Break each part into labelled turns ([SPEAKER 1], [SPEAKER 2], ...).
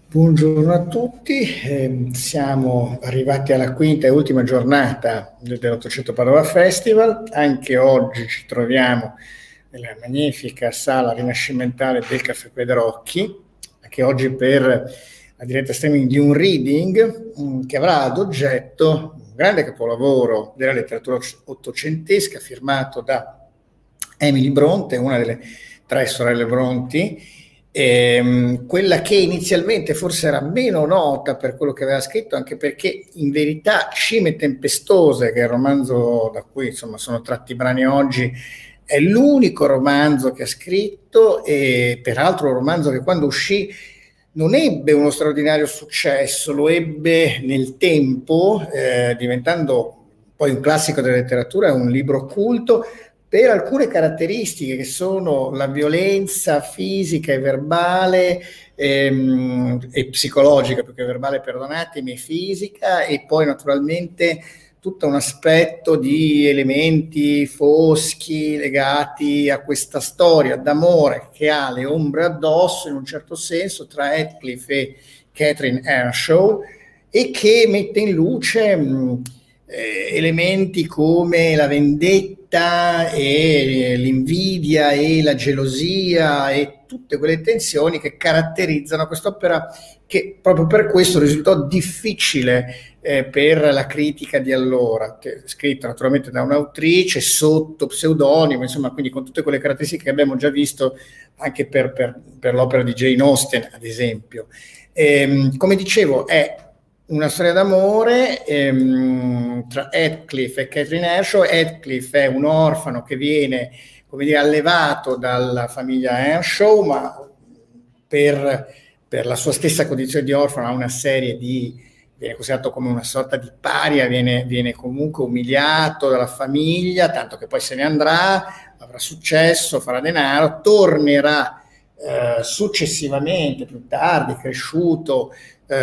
[SPEAKER 1] Buongiorno a tutti, siamo arrivati alla quinta e ultima giornata dell'800 Padova Festival. Anche oggi ci troviamo nella magnifica sala rinascimentale del Caffè Pedrocchi, anche oggi per la diretta streaming di un reading che avrà ad oggetto un grande capolavoro della letteratura ottocentesca firmato da Emily Bronte, una delle tre sorelle Bronti. Quella che inizialmente forse era meno nota per quello che aveva scritto, anche perché in verità Cime Tempestose, che è il romanzo da cui insomma sono tratti i brani oggi, è l'unico romanzo che ha scritto, e peraltro un romanzo che quando uscì non ebbe uno straordinario successo, lo ebbe nel tempo, diventando poi un classico della letteratura, un libro culto, per alcune caratteristiche che sono la violenza fisica e verbale e psicologica, più che verbale, perdonatemi, fisica, e poi naturalmente tutto un aspetto di elementi foschi legati a questa storia d'amore che ha le ombre addosso, in un certo senso, tra Heathcliff e Catherine Earnshaw, e che mette in luce elementi come la vendetta e l'invidia e la gelosia e tutte quelle tensioni che caratterizzano quest'opera, che proprio per questo risultò difficile per la critica di allora, che è scritta naturalmente da un'autrice sotto pseudonimo, insomma, quindi con tutte quelle caratteristiche che abbiamo già visto anche per l'opera di Jane Austen, ad esempio. Come dicevo, è una storia d'amore tra Heathcliff e Catherine Earnshaw. Heathcliff è un orfano che viene, come dire, allevato dalla famiglia Earnshaw, ma per la sua stessa condizione di orfano ha una serie viene considerato come una sorta di paria, viene comunque umiliato dalla famiglia, tanto che poi se ne andrà, avrà successo, farà denaro, tornerà successivamente, più tardi, cresciuto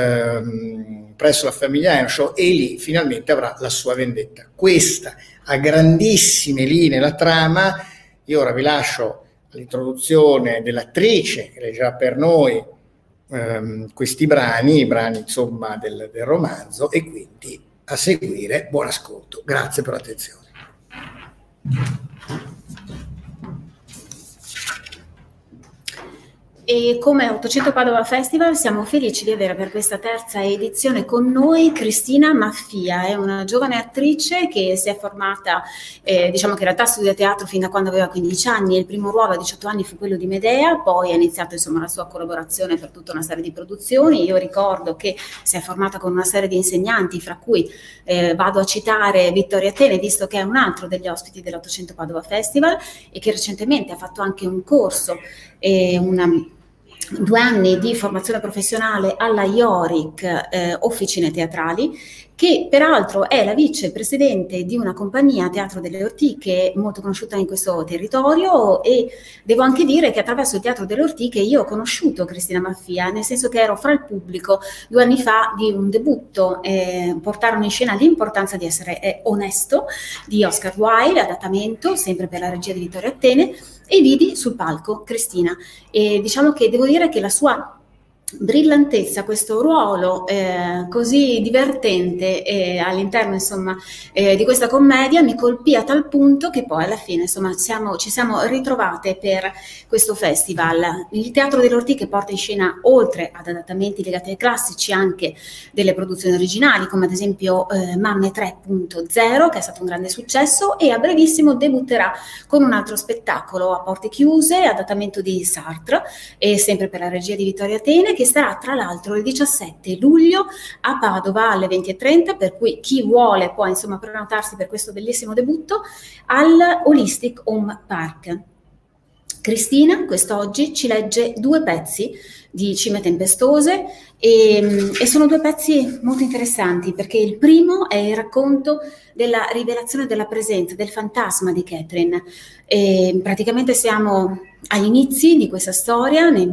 [SPEAKER 1] presso la famiglia Earnshaw, e lì finalmente avrà la sua vendetta. Questa a grandissime linee la trama. Io ora vi lascio l'introduzione dell'attrice che leggerà per noi questi brani, i brani insomma del romanzo, e quindi a seguire buon ascolto. Grazie per l'attenzione.
[SPEAKER 2] E come 800 Padova Festival siamo felici di avere per questa terza edizione con noi Cristina Maffia. È una giovane attrice che si è formata, diciamo che in realtà studia teatro fin da quando aveva 15 anni, e il primo ruolo a 18 anni fu quello di Medea, poi ha iniziato insomma la sua collaborazione per tutta una serie di produzioni. Io ricordo che si è formata con una serie di insegnanti, fra cui vado a citare Vittoria Tene, visto che è un altro degli ospiti dell'800 Padova Festival, e che recentemente ha fatto anche un corso e 2 anni di formazione professionale alla IORIC, Officine Teatrali, che peraltro è la vicepresidente di una compagnia, Teatro delle Ortiche, molto conosciuta in questo territorio. E devo anche dire che attraverso il Teatro delle Ortiche io ho conosciuto Cristina Maffia, nel senso che ero fra il pubblico 2 anni fa di un debutto, portarono in scena L'importanza di essere onesto di Oscar Wilde, adattamento sempre per la regia di Vittorio Attene, e vidi sul palco Cristina, e diciamo che devo dire che la sua brillantezza, questo ruolo così divertente all'interno insomma di questa commedia mi colpì a tal punto che poi alla fine insomma ci siamo ritrovate per questo festival. Il Teatro delle Ortiche porta in scena, oltre ad adattamenti legati ai classici, anche delle produzioni originali, come ad esempio Mamme 3.0, che è stato un grande successo, e a brevissimo debutterà con un altro spettacolo a porte chiuse, adattamento di Sartre, e sempre per la regia di Vittorio Attene, che sarà tra l'altro il 17 luglio a Padova alle 20:30, per cui chi vuole può insomma prenotarsi per questo bellissimo debutto al Holistic Home Park. Cristina quest'oggi ci legge 2 pezzi di Cime Tempestose e sono 2 pezzi molto interessanti, perché il primo è il racconto della rivelazione della presenza, del fantasma di Catherine. Praticamente siamo Agli inizi di questa storia, nel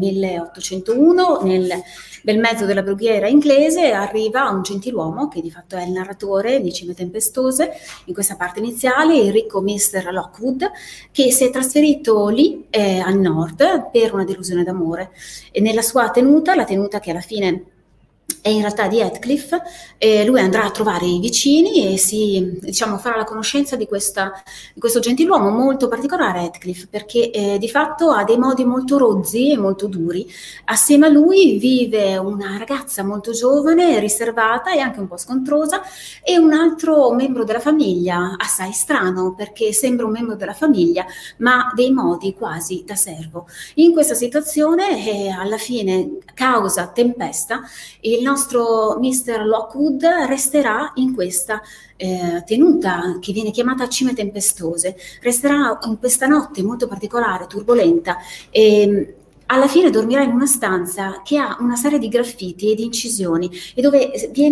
[SPEAKER 2] 1801, nel bel mezzo della brughiera inglese, arriva un gentiluomo, che di fatto è il narratore di Cime Tempestose, in questa parte iniziale, il ricco Mr. Lockwood, che si è trasferito lì al nord per una delusione d'amore. E nella sua tenuta, la tenuta che alla fine è in realtà di Heathcliff, lui andrà a trovare i vicini e farà la conoscenza di questo gentiluomo molto particolare, Heathcliff, perché di fatto ha dei modi molto rozzi e molto duri. Assieme a lui vive una ragazza molto giovane, riservata e anche un po' scontrosa, e un altro membro della famiglia, assai strano, perché sembra un membro della famiglia, ma dei modi quasi da servo. In questa situazione, alla fine, causa tempesta, il nostro Mr. Lockwood resterà in questa tenuta che viene chiamata Cime Tempestose, resterà in questa notte molto particolare, turbolenta, e alla fine dormirà in una stanza che ha una serie di graffiti e di incisioni, e dove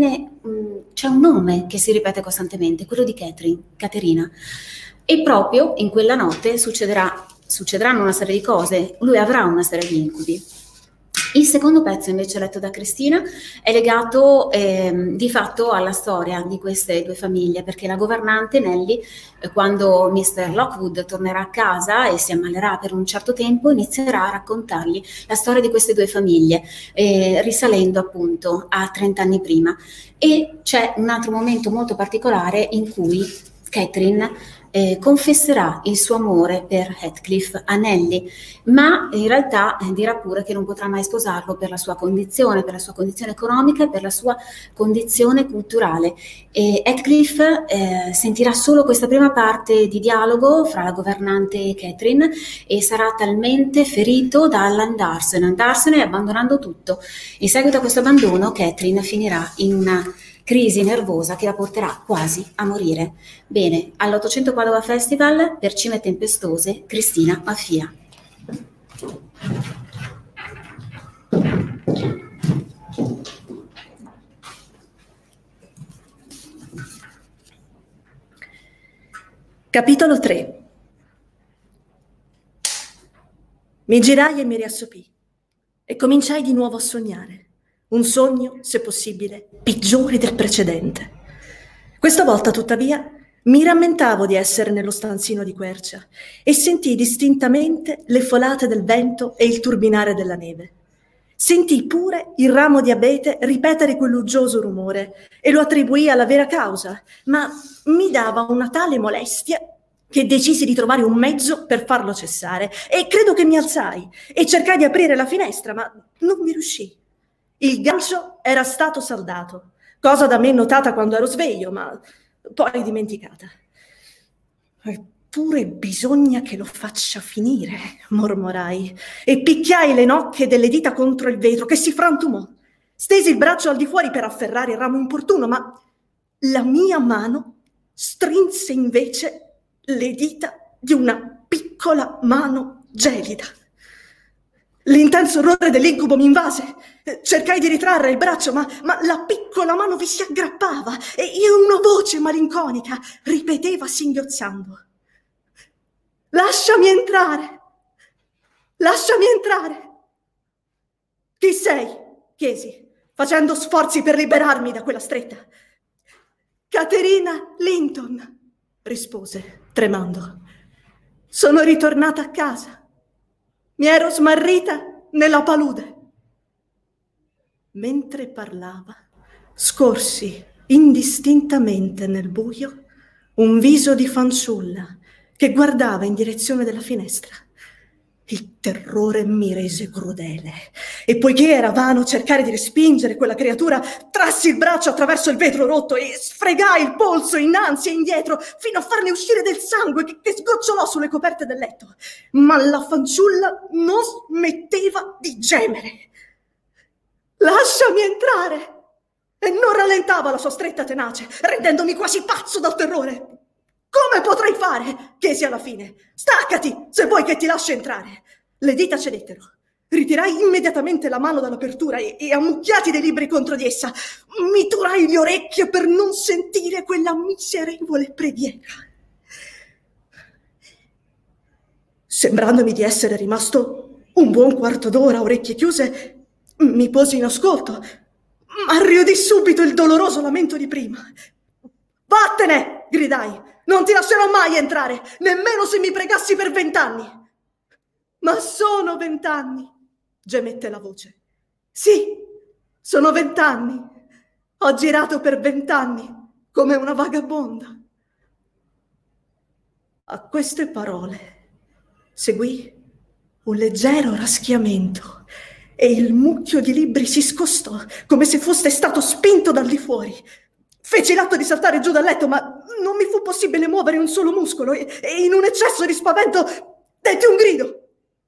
[SPEAKER 2] c'è un nome che si ripete costantemente, quello di Caterina. E proprio in quella notte succederanno una serie di cose, lui avrà una serie di incubi. Il secondo pezzo invece letto da Cristina è legato di fatto alla storia di queste due famiglie, perché la governante Nelly, quando Mr. Lockwood tornerà a casa e si ammalerà per un certo tempo, inizierà a raccontargli la storia di queste due famiglie, risalendo appunto a 30 anni prima. E c'è un altro momento molto particolare in cui Catherine confesserà il suo amore per Heathcliff a Nelly, ma in realtà dirà pure che non potrà mai sposarlo per la sua condizione economica e per la sua condizione culturale. E Heathcliff sentirà solo questa prima parte di dialogo fra la governante e Catherine e sarà talmente ferito da andarsene abbandonando tutto. In seguito a questo abbandono, Catherine finirà in una crisi nervosa che la porterà quasi a morire. Bene, all'800 Padova Festival, per Cime Tempestose, Cristina Maffia.
[SPEAKER 3] Capitolo 3. Mi girai e mi riassopii e cominciai di nuovo a sognare. Un sogno, se possibile, peggiore del precedente. Questa volta, tuttavia, mi rammentavo di essere nello stanzino di quercia e sentii distintamente le folate del vento e il turbinare della neve. Sentii pure il ramo di abete ripetere quell'uggioso rumore e lo attribuii alla vera causa, ma mi dava una tale molestia che decisi di trovare un mezzo per farlo cessare, e credo che mi alzai e cercai di aprire la finestra, ma non mi riuscì. Il gancio era stato saldato, cosa da me notata quando ero sveglio, ma poi dimenticata. Eppure bisogna che lo faccia finire, mormorai, e picchiai le nocche delle dita contro il vetro, che si frantumò. Stesi il braccio al di fuori per afferrare il ramo importuno, ma la mia mano strinse invece le dita di una piccola mano gelida. L'intenso orrore dell'incubo mi invase. Cercai di ritrarre il braccio, ma la piccola mano vi si aggrappava e una voce malinconica ripeteva singhiozzando: «Lasciami entrare! Lasciami entrare!» «Chi sei?» chiesi, facendo sforzi per liberarmi da quella stretta. «Caterina Linton», rispose, tremando. «Sono ritornata a casa. Mi ero smarrita nella palude». Mentre parlava, scorsi indistintamente nel buio un viso di fanciulla che guardava in direzione della finestra. Il terrore mi rese crudele e, poiché era vano cercare di respingere quella creatura, trassi il braccio attraverso il vetro rotto e sfregai il polso innanzi e indietro fino a farne uscire del sangue che sgocciolò sulle coperte del letto. Ma la fanciulla non smetteva di gemere. «Lasciami entrare!» E non rallentava la sua stretta tenace, rendendomi quasi pazzo dal terrore. «Come potrei fare?» chiesi alla fine. «Staccati, se vuoi che ti lasci entrare!» Le dita cedettero. Ritirai immediatamente la mano dall'apertura e ammucchiati dei libri contro di essa, mi turai le orecchie per non sentire quella miserevole preghiera. Sembrandomi di essere rimasto un buon quarto d'ora a orecchie chiuse, mi posi in ascolto, ma riudì subito il doloroso lamento di prima. «Vattene!» gridai. «Non ti lascerò mai entrare, nemmeno se mi pregassi per 20 anni!» «Ma sono 20 anni!» gemette la voce. «Sì, sono 20 anni. Ho girato per 20 anni come una vagabonda.» A queste parole seguì un leggero raschiamento e il mucchio di libri si scostò come se fosse stato spinto dal di fuori. Feci l'atto di saltare giù dal letto, ma non mi fu possibile muovere un solo muscolo e in un eccesso di spavento detti un grido.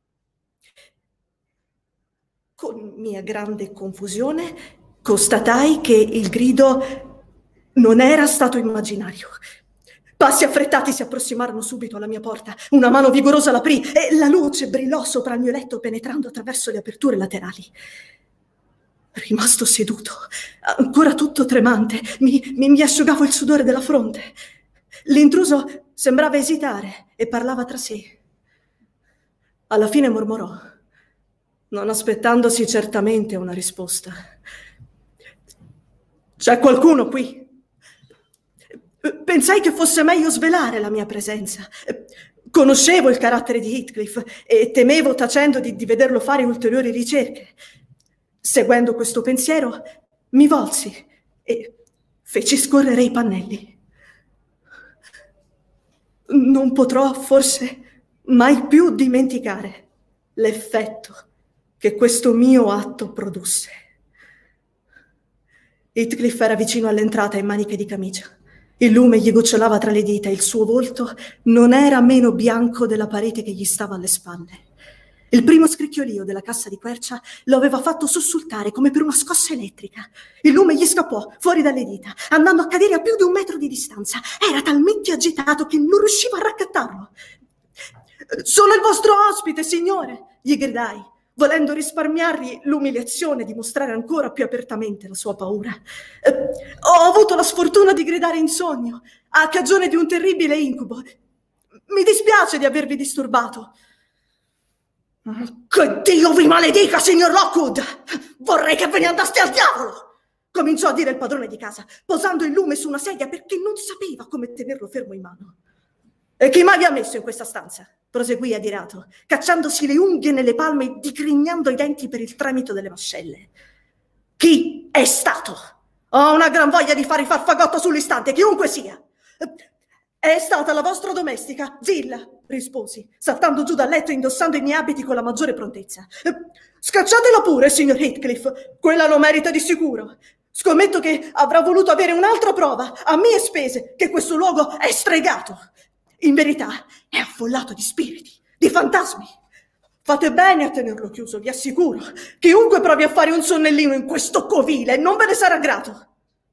[SPEAKER 3] Con mia grande confusione constatai che il grido non era stato immaginario. Passi affrettati si approssimarono subito alla mia porta. Una mano vigorosa l'aprì e la luce brillò sopra il mio letto penetrando attraverso le aperture laterali. Rimasto seduto, ancora tutto tremante, mi asciugavo il sudore della fronte. L'intruso sembrava esitare e parlava tra sé. Alla fine mormorò, non aspettandosi certamente una risposta. «C'è qualcuno qui?» Pensai che fosse meglio svelare la mia presenza. Conoscevo il carattere di Heathcliff e temevo tacendo di vederlo fare ulteriori ricerche. Seguendo questo pensiero, mi volsi e feci scorrere i pannelli. Non potrò forse mai più dimenticare l'effetto che questo mio atto produsse. Heathcliff era vicino all'entrata in maniche di camicia. Il lume gli gocciolava tra le dita e il suo volto non era meno bianco della parete che gli stava alle spalle. Il primo scricchiolio della cassa di quercia lo aveva fatto sussultare come per una scossa elettrica. Il lume gli scappò fuori dalle dita, andando a cadere a più di 1 metro di distanza. Era talmente agitato che non riusciva a raccattarlo. «Sono il vostro ospite, signore!» gli gridai, volendo risparmiargli l'umiliazione di mostrare ancora più apertamente la sua paura. «Ho avuto la sfortuna di gridare in sogno, a cagione di un terribile incubo. Mi dispiace di avervi disturbato.» «Che Dio vi maledica, signor Lockwood! Vorrei che ve ne andaste al diavolo!» cominciò a dire il padrone di casa, posando il lume su una sedia perché non sapeva come tenerlo fermo in mano. «E chi mai vi ha messo in questa stanza?» proseguì adirato, cacciandosi le unghie nelle palme e digrignando i denti per il tremito delle mascelle. «Chi è stato? Ho una gran voglia di fare il farfagotto sull'istante, chiunque sia!» «È stata la vostra domestica, Zilla», risposi, saltando giù dal letto e indossando i miei abiti con la maggiore prontezza. «Scacciatela pure, signor Heathcliff, quella lo merita di sicuro. Scommetto che avrà voluto avere un'altra prova, a mie spese, che questo luogo è stregato. In verità è affollato di spiriti, di fantasmi. Fate bene a tenerlo chiuso, vi assicuro. Chiunque provi a fare un sonnellino in questo covile non ve ne sarà grato.»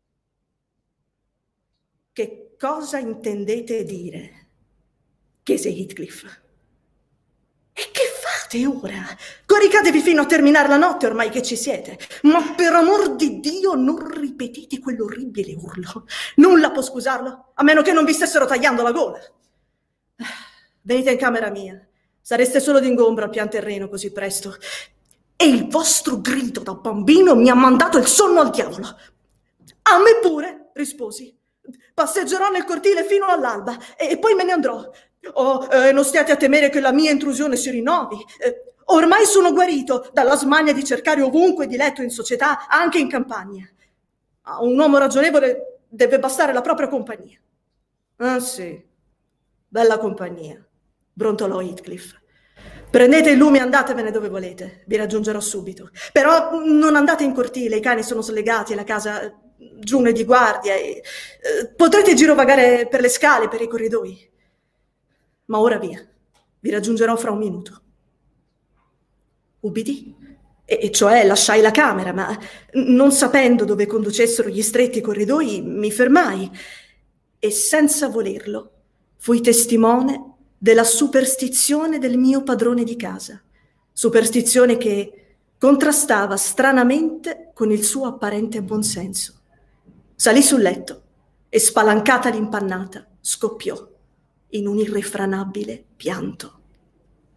[SPEAKER 3] «Che cosa intendete dire?» chiese Heathcliff. «E che fate ora? Coricatevi fino a terminare la notte ormai che ci siete. Ma per amor di Dio non ripetete quell'orribile urlo. Nulla può scusarlo, a meno che non vi stessero tagliando la gola. Venite in camera mia. Sareste solo d'ingombro al pian terreno così presto. E il vostro grido da bambino mi ha mandato il sonno al diavolo.» «A me pure», risposi. «Passeggerò nel cortile fino all'alba e poi me ne andrò. Non stiate a temere che la mia intrusione si rinnovi. Ormai sono guarito dalla smania di cercare ovunque diletto in società, anche in campagna. A un uomo ragionevole deve bastare la propria compagnia.» «Ah sì, bella compagnia», brontolò Heathcliff. «Prendete il lume e andatevene dove volete, vi raggiungerò subito. Però non andate in cortile, i cani sono slegati e la casa giù è di guardia. Potrete girovagare per le scale, per i corridoi. Ma ora via, vi raggiungerò fra 1 minuto.» Ubbidì, e cioè lasciai la camera, ma non sapendo dove conducessero gli stretti corridoi mi fermai e senza volerlo fui testimone della superstizione del mio padrone di casa, superstizione che contrastava stranamente con il suo apparente buonsenso. Salì sul letto e, spalancata l'impannata, scoppiò in un irrefrenabile pianto.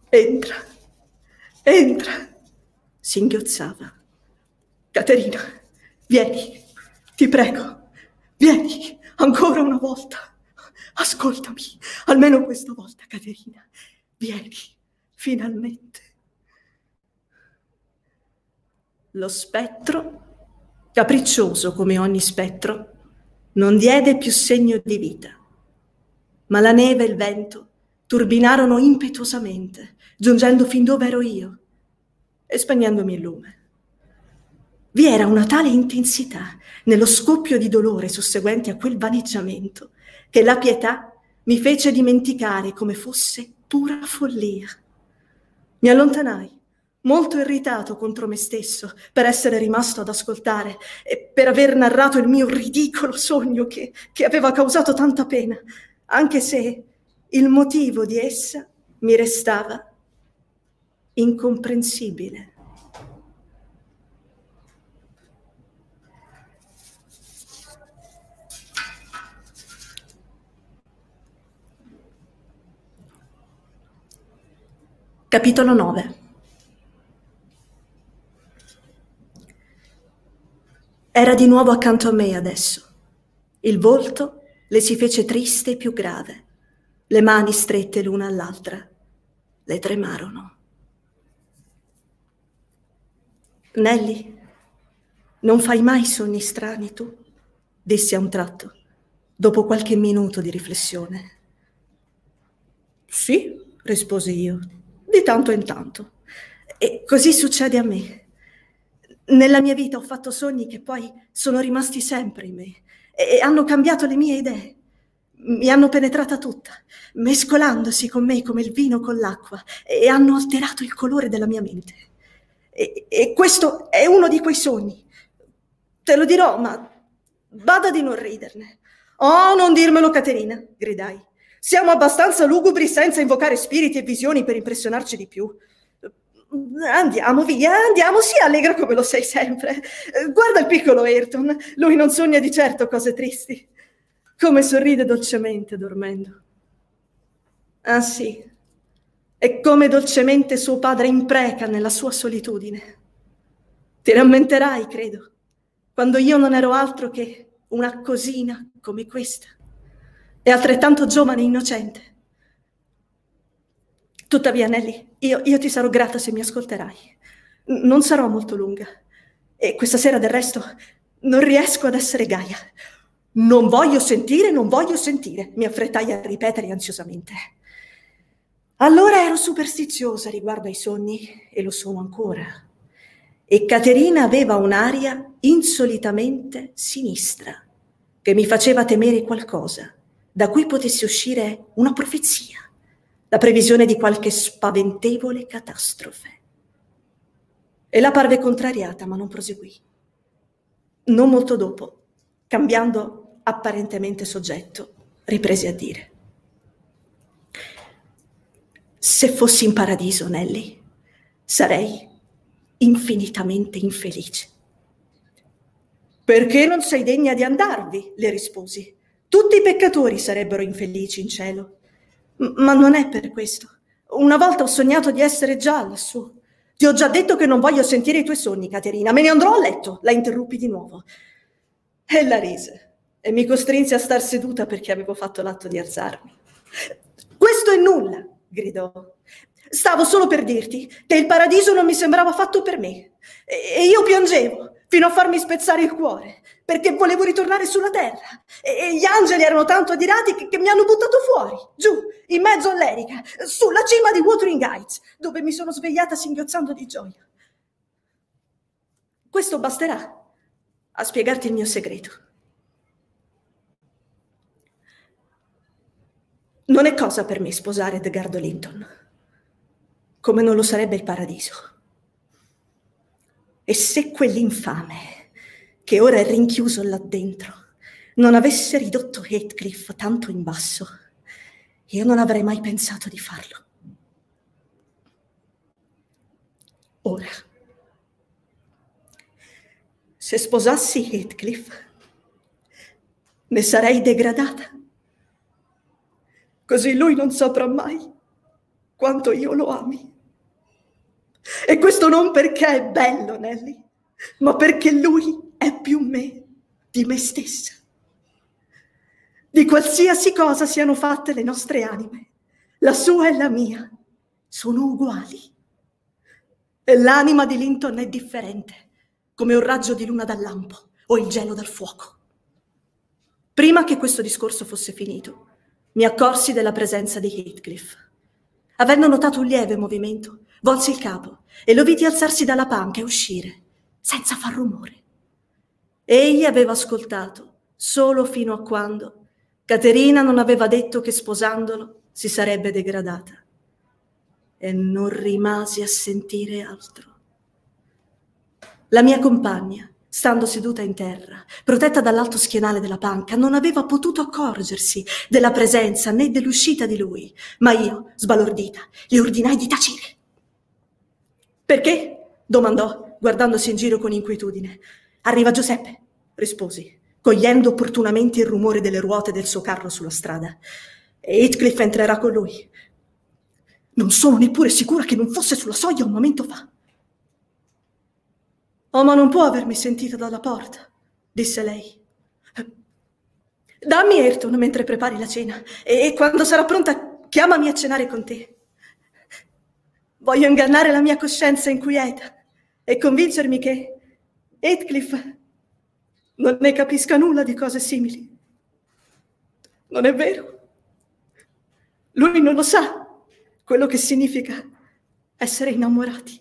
[SPEAKER 3] Entra, entra, singhiozzava. Caterina, vieni, ti prego, vieni, ancora una volta. Ascoltami, almeno questa volta, Caterina. Vieni, finalmente. Lo spettro, capriccioso come ogni spettro, non diede più segno di vita, ma la neve e il vento turbinarono impetuosamente, giungendo fin dove ero io e spegnendomi il lume. Vi era una tale intensità nello scoppio di dolore susseguente a quel vaneggiamento che la pietà mi fece dimenticare come fosse pura follia. Mi allontanai, molto irritato contro me stesso per essere rimasto ad ascoltare e per aver narrato il mio ridicolo sogno che aveva causato tanta pena, anche se il motivo di essa mi restava incomprensibile. Capitolo 9. Era di nuovo accanto a me adesso. Il volto le si fece triste e più grave. Le mani strette l'una all'altra le tremarono. Nelly, non fai mai sogni strani tu? Dissi a un tratto, dopo qualche minuto di riflessione. Sì, risposi io, di tanto in tanto. E così succede a me. Nella mia vita ho fatto sogni che poi sono rimasti sempre in me e hanno cambiato le mie idee. Mi hanno penetrata tutta, mescolandosi con me come il vino con l'acqua, e hanno alterato il colore della mia mente. E questo è uno di quei sogni. Te lo dirò, ma bada di non riderne. Oh, non dirmelo, Caterina, gridai. Siamo abbastanza lugubri senza invocare spiriti e visioni per impressionarci di più. Andiamo via, andiamo, sii allegra come lo sei sempre. Guarda il piccolo Ayrton, lui non sogna di certo cose tristi. Come sorride dolcemente dormendo. Ah sì, e come dolcemente suo padre impreca nella sua solitudine. Ti rammenterai, credo, quando io non ero altro che una cosina come questa, e altrettanto giovane e innocente. Tuttavia, Nelly, io ti sarò grata se mi ascolterai. Non sarò molto lunga. E questa sera, del resto, non riesco ad essere gaia. Non voglio sentire, mi affrettai a ripetere ansiosamente. Allora ero superstiziosa riguardo ai sogni, e lo sono ancora. E Caterina aveva un'aria insolitamente sinistra, che mi faceva temere qualcosa, da cui potesse uscire una profezia, la previsione di qualche spaventevole catastrofe. E la parve contrariata, ma non proseguì. Non molto dopo, cambiando apparentemente soggetto, riprese a dire: se fossi in paradiso, Nelly, sarei infinitamente infelice. Perché non sei degna di andarvi? Le risposi. Tutti i peccatori sarebbero infelici in cielo. Ma non è per questo. Una volta ho sognato di essere già lassù. Ti ho già detto che non voglio sentire i tuoi sogni, Caterina. Me ne andrò a letto. La interruppi di nuovo. Ella rise e mi costrinse a star seduta perché avevo fatto l'atto di alzarmi. Questo è nulla, gridò. Stavo solo per dirti che il paradiso non mi sembrava fatto per me. E io piangevo fino a farmi spezzare il cuore, perché volevo ritornare sulla terra. E gli angeli erano tanto adirati che mi hanno buttato fuori, giù, in mezzo all'erica, sulla cima di Wuthering Heights, dove mi sono svegliata singhiozzando di gioia. Questo basterà a spiegarti il mio segreto. Non è cosa per me sposare Edgardo Linton, come non lo sarebbe il paradiso. E se quell'infame, che ora è rinchiuso là dentro, non avesse ridotto Heathcliff tanto in basso, io non avrei mai pensato di farlo. Ora, se sposassi Heathcliff, ne sarei degradata. Così lui non saprà mai quanto io lo ami. E questo non perché è bello, Nelly, ma perché lui è più me di me stessa. Di qualsiasi cosa siano fatte le nostre anime, la sua e la mia sono uguali. E l'anima di Linton è differente, come un raggio di luna dal lampo o il gelo dal fuoco. Prima che questo discorso fosse finito, mi accorsi della presenza di Heathcliff. Avendo notato un lieve movimento, volsi il capo e lo vidi alzarsi dalla panca e uscire, senza far rumore. Egli aveva ascoltato solo fino a quando Caterina non aveva detto che sposandolo si sarebbe degradata. E non rimasi a sentire altro. La mia compagna, stando seduta in terra, protetta dall'alto schienale della panca, non aveva potuto accorgersi della presenza né dell'uscita di lui, ma io, sbalordita, le ordinai di tacere. «Perché?» domandò, guardandosi in giro con inquietudine. «Arriva Giuseppe», risposi, cogliendo opportunamente il rumore delle ruote del suo carro sulla strada. «E Heathcliff entrerà con lui. Non sono neppure sicura che non fosse sulla soglia un momento fa». «Oh, ma non può avermi sentita dalla porta», disse lei. «Dammi Ayrton mentre prepari la cena e quando sarà pronta chiamami a cenare con te. Voglio ingannare la mia coscienza inquieta e convincermi che Heathcliff non ne capisca nulla di cose simili. Non è vero? Lui non lo sa quello che significa essere innamorati».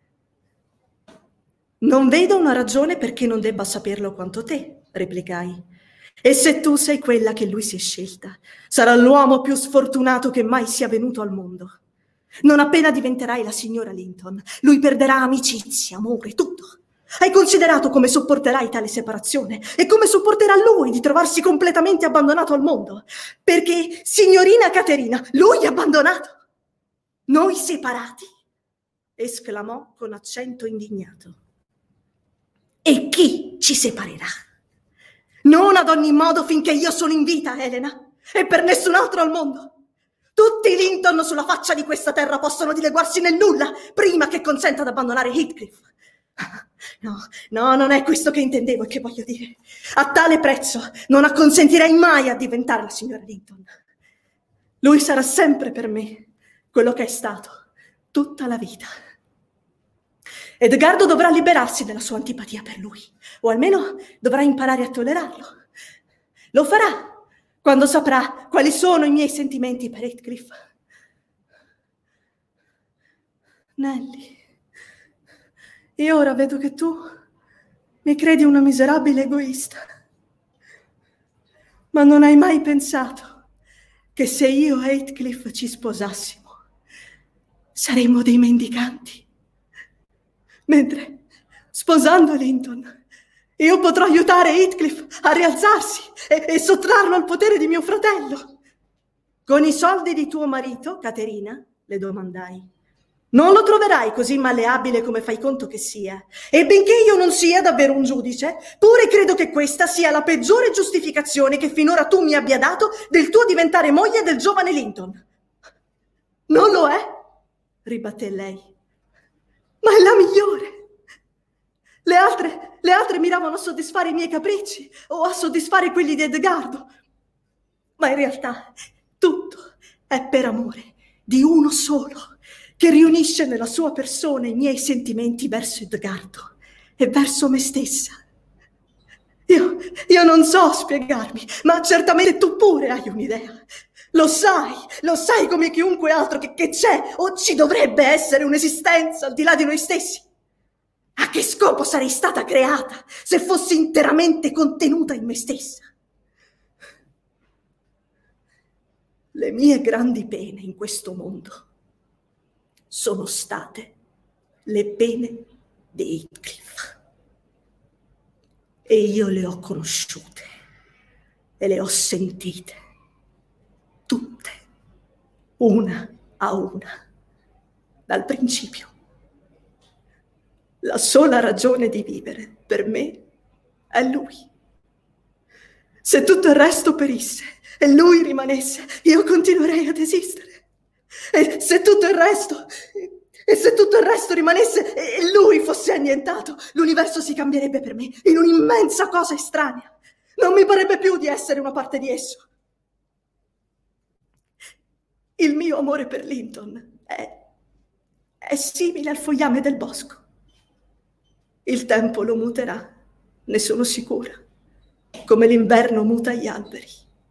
[SPEAKER 3] «Non vedo una ragione perché non debba saperlo quanto te», replicai. «E se tu sei quella che lui si è scelta, sarà l'uomo più sfortunato che mai sia venuto al mondo. Non appena diventerai la signora Linton, lui perderà amicizia, amore, tutto. Hai considerato come sopporterai tale separazione e come sopporterà lui di trovarsi completamente abbandonato al mondo? Perché, signorina Caterina, lui è abbandonato. Noi separati?» esclamò con accento indignato. «E chi ci separerà? Non ad ogni modo finché io sono in vita, Elena, e per nessun altro al mondo. Tutti i Linton sulla faccia di questa terra possono dileguarsi nel nulla prima che consenta di abbandonare Heathcliff. No, non è questo che intendevo e che voglio dire. A tale prezzo non acconsentirei mai a diventare la signora Linton. Lui sarà sempre per me quello che è stato tutta la vita. Edgardo dovrà liberarsi della sua antipatia per lui, o almeno dovrà imparare a tollerarlo. Lo farà quando saprà quali sono i miei sentimenti per Heathcliff. Nelly, io ora vedo che tu mi credi una miserabile egoista, ma non hai mai pensato che se io e Heathcliff ci sposassimo saremmo dei mendicanti. Mentre, sposando Linton, io potrò aiutare Heathcliff a rialzarsi e sottrarlo al potere di mio fratello. Con i soldi di tuo marito, Caterina, le domandai, non lo troverai così malleabile come fai conto che sia. E benché io non sia davvero un giudice, pure credo che questa sia la peggiore giustificazione che finora tu mi abbia dato del tuo diventare moglie del giovane Linton. Non lo è? Ribatté lei. Ma è la migliore. Le altre miravano a soddisfare i miei capricci o a soddisfare quelli di Edgardo. Ma in realtà tutto è per amore di uno solo, che riunisce nella sua persona i miei sentimenti verso Edgardo e verso me stessa. Io non so spiegarmi, ma certamente tu pure hai un'idea. Lo sai come chiunque altro che c'è o ci dovrebbe essere un'esistenza al di là di noi stessi. A che scopo sarei stata creata se fossi interamente contenuta in me stessa? Le mie grandi pene in questo mondo sono state le pene di Heathcliff. E io le ho conosciute e le ho sentite tutte, una a una, dal principio. La sola ragione di vivere per me è lui. Se tutto il resto perisse e lui rimanesse, io continuerei ad esistere. E se tutto il resto rimanesse e lui fosse annientato, l'universo si cambierebbe per me in un'immensa cosa estranea. Non mi parebbe più di essere una parte di esso. Il mio amore per Linton è simile al fogliame del bosco. Il tempo lo muterà, ne sono sicura, come l'inverno muta gli alberi.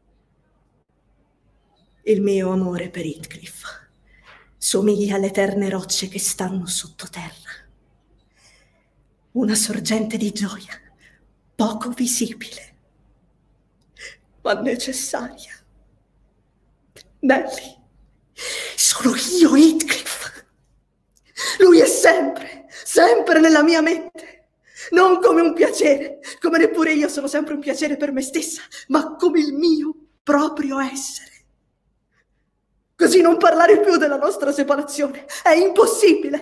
[SPEAKER 3] Il mio amore per Heathcliff somiglia alle eterne rocce che stanno sottoterra. Una sorgente di gioia, poco visibile, ma necessaria. Nelly, sono io Heathcliff. Lui è sempre, sempre nella mia mente. Non come un piacere, come neppure io sono sempre un piacere per me stessa, ma come il mio proprio essere. Così non parlare più della nostra separazione. È impossibile.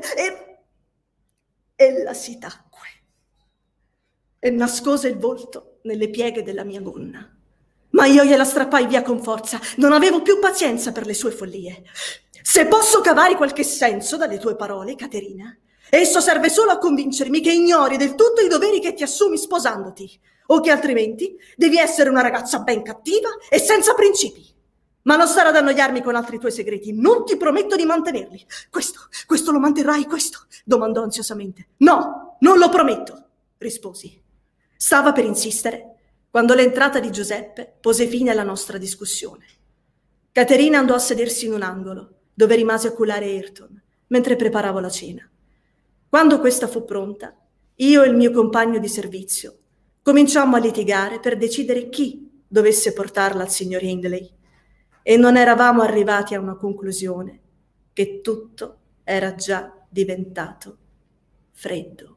[SPEAKER 3] Ella si tacque e nascose il volto nelle pieghe della mia gonna. Ma io gliela strappai via con forza. Non avevo più pazienza per le sue follie. Se posso cavare qualche senso dalle tue parole, Caterina, esso serve solo a convincermi che ignori del tutto i doveri che ti assumi sposandoti, o che altrimenti devi essere una ragazza ben cattiva e senza principi. Ma non stare ad annoiarmi con altri tuoi segreti. Non ti prometto di mantenerli. Questo lo manterrai, questo? Domandò ansiosamente. No, non lo prometto, risposi. Stava per insistere quando l'entrata di Giuseppe pose fine alla nostra discussione. Caterina andò a sedersi in un angolo, dove rimase a cullare Ayrton, mentre preparavo la cena. Quando questa fu pronta, io e il mio compagno di servizio cominciammo a litigare per decidere chi dovesse portarla al signor Hindley, e non eravamo arrivati a una conclusione che tutto era già diventato freddo.